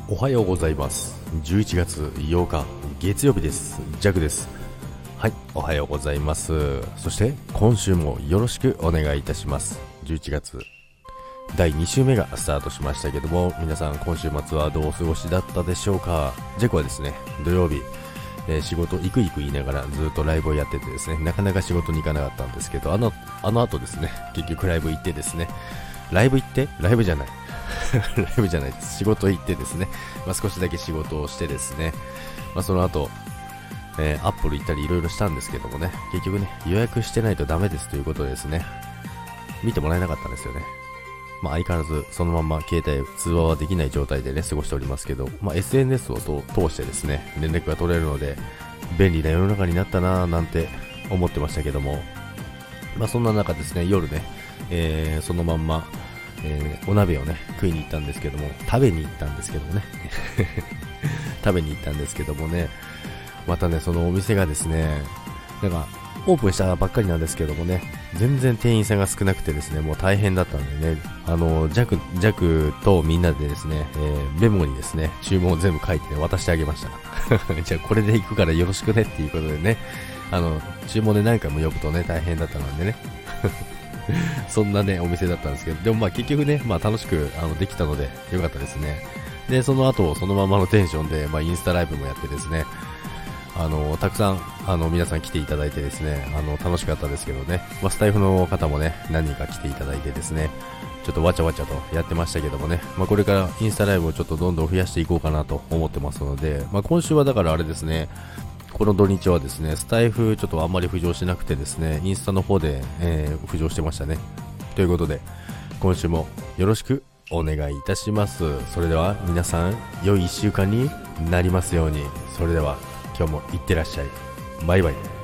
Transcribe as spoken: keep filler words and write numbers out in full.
おはようございます。じゅういちがつようか月曜日です。ジャクです。はい、おはようございます。そして今週もよろしくお願いいたします。じゅういちがつだいに週目がスタートしましたけども、皆さん今週末はどうお過ごしだったでしょうか。ジャクはですね、土曜日、えー、仕事行く行く言いながらずっとライブをやっててですね、なかなか仕事に行かなかったんですけど、あのあの後ですね、結局ライブ行ってですね、ライブ行ってライブじゃないライブじゃないです。仕事行ってですね、まあ、少しだけ仕事をしてですね、まあ、その後、えー、アップル行ったりいろいろしたんですけどもね、結局ね、予約してないとダメですということでですね、見てもらえなかったんですよね。まあ、相変わらずそのまま携帯通話はできない状態でね、過ごしておりますけど、まあ、エスエヌエス をと通してですね、連絡が取れるので、便利な世の中になったなぁなんて思ってましたけども、まあ、そんな中ですね、夜ね、えー、そのまんま、えー、お鍋をね食いに行ったんですけども、食べに行ったんですけどもね食べに行ったんですけどもね、またね、そのお店がですね、なんかオープンしたばっかりなんですけどもね、全然店員さんが少なくてですね、もう大変だったんでね、あのジャクジャクとみんなでですね、えー、メモにですね注文を全部書いて、ね、渡してあげましたじゃあこれで行くからよろしくねっていうことでね、あの注文で何回も呼ぶとね大変だったのでねそんなねお店だったんですけど、でもまあ結局ね、まあ楽しくあのできたのでよかったですね。でその後そのままのテンションで、まあ、インスタライブもやってですね、あのたくさんあの皆さん来ていただいてですね、あの楽しかったですけどね、まあ、スタイフの方もね何人か来ていただいてですね、ちょっとわちゃわちゃとやってましたけどもね、まあ、これからインスタライブをちょっとどんどん増やしていこうかなと思ってますので、まあ、今週はだからあれですね、この土日はですね、スタイフちょっとあんまり浮上しなくてですね、インスタの方で、えー、浮上してましたね。ということで、今週もよろしくお願いいたします。それでは皆さん、良いいっしゅうかんになりますように。それでは今日もいってらっしゃい。バイバイ。